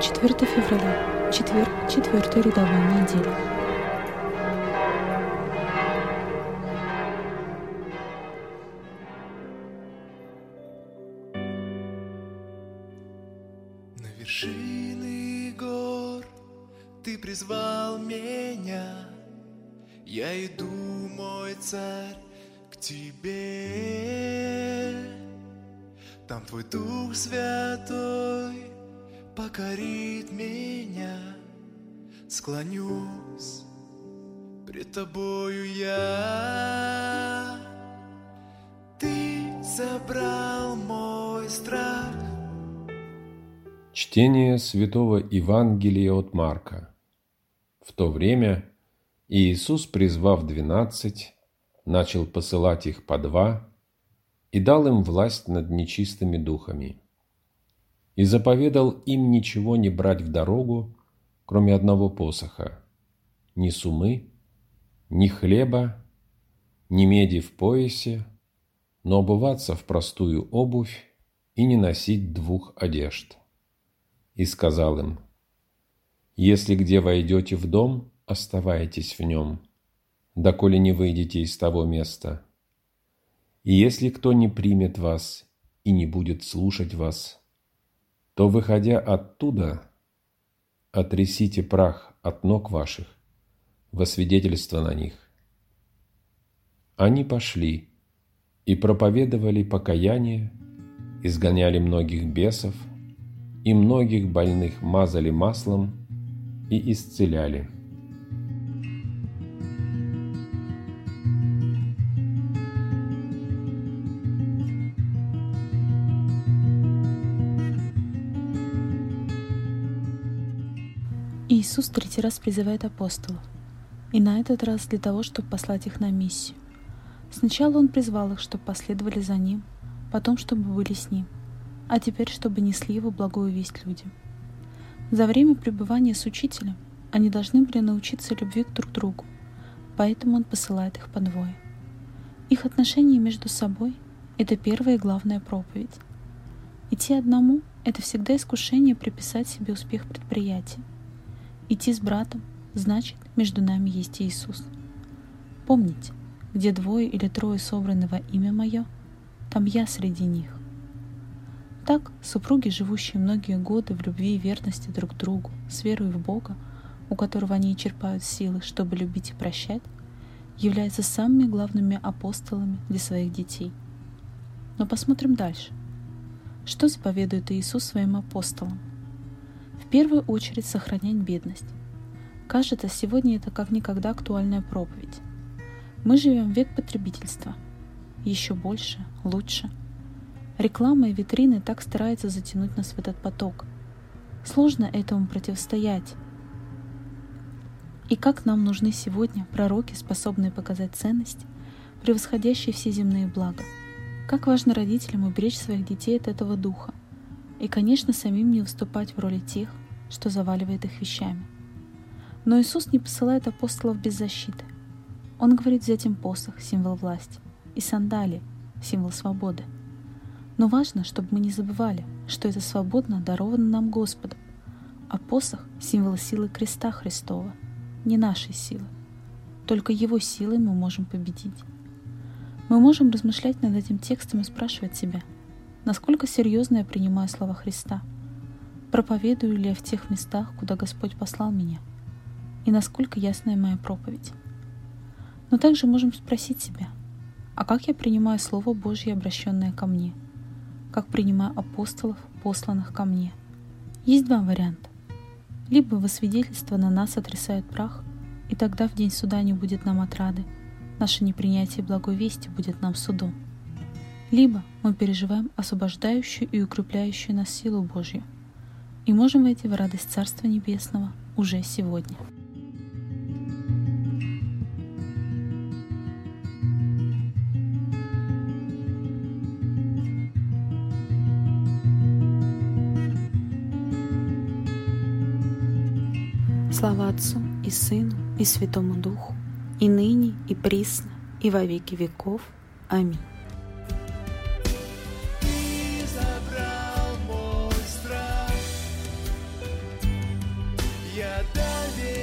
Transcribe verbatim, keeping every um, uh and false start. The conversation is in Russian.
четвёртое февраля, четверг, четвёртой рядовой недели. На вершины гор ты призвал меня, я иду, мой царь, к тебе. Там твой Дух Святой покорит меня, склонюсь пред тобою я. Ты забрал мой страх. Чтение Святого Евангелия от Марка. В то время Иисус, призвав двенадцать, начал посылать их по два и дал им власть над нечистыми духами. И заповедал им ничего не брать в дорогу, кроме одного посоха, ни сумы, ни хлеба, ни меди в поясе, но обуваться в простую обувь и не носить двух одежд. И сказал им: «Если где войдете в дом, оставайтесь в нем, доколе не выйдете из того места. И если кто не примет вас и не будет слушать вас, то, выходя оттуда, отрясите прах от ног ваших во свидетельство на них». Они пошли и проповедовали покаяние, изгоняли многих бесов, и многих больных мазали маслом и исцеляли. Иисус третий раз призывает апостолов, и на этот раз для того, чтобы послать их на миссию. Сначала Он призвал их, чтобы последовали за Ним, потом, чтобы были с Ним, а теперь, чтобы несли Его благую весть людям. За время пребывания с Учителем они должны были научиться любви друг к другу, поэтому Он посылает их по двое. Их отношения между собой — это первая и главная проповедь. Идти одному — это всегда искушение приписать себе успех предприятия. Идти с братом — значит, между нами есть Иисус. Помните, где двое или трое собраны во имя Мое, там Я среди них. Так, супруги, живущие многие годы в любви и верности друг к другу, с верой в Бога, у которого они и черпают силы, чтобы любить и прощать, являются самыми главными апостолами для своих детей. Но посмотрим дальше. Что заповедует Иисус своим апостолам? В первую очередь сохранять бедность. Кажется, сегодня это как никогда актуальная проповедь. Мы живем в век потребительства. Еще больше, лучше. Реклама и витрины так стараются затянуть нас в этот поток. Сложно этому противостоять. И как нам нужны сегодня пророки, способные показать ценность, превосходящие все земные блага. Как важно родителям уберечь своих детей от этого духа. И, конечно, самим не выступать в роли тех, что заваливает их вещами. Но Иисус не посылает апостолов без защиты. Он говорит взять им посох, символ власти, и сандалии, символ свободы. Но важно, чтобы мы не забывали, что это свободно даровано нам Господом, а посох — символ силы креста Христова, не нашей силы. Только Его силой мы можем победить. Мы можем размышлять над этим текстом и спрашивать себя, насколько серьезно я принимаю слова Христа, проповедую ли я в тех местах, куда Господь послал меня, и насколько ясная моя проповедь. Но также можем спросить себя, а как я принимаю Слово Божье, обращенное ко мне? Как принимаю апостолов, посланных ко мне? Есть два варианта. Либо во свидетельство на нас отрисают прах, и тогда в день суда не будет нам отрады, наше непринятие благой вести будет нам судом. Либо мы переживаем освобождающую и укрепляющую нас силу Божью, и можем войти в радость Царства Небесного уже сегодня. Слава Отцу и Сыну и Святому Духу, и ныне, и присно, и во веки веков. Аминь. Ты забрал мой страх, навек.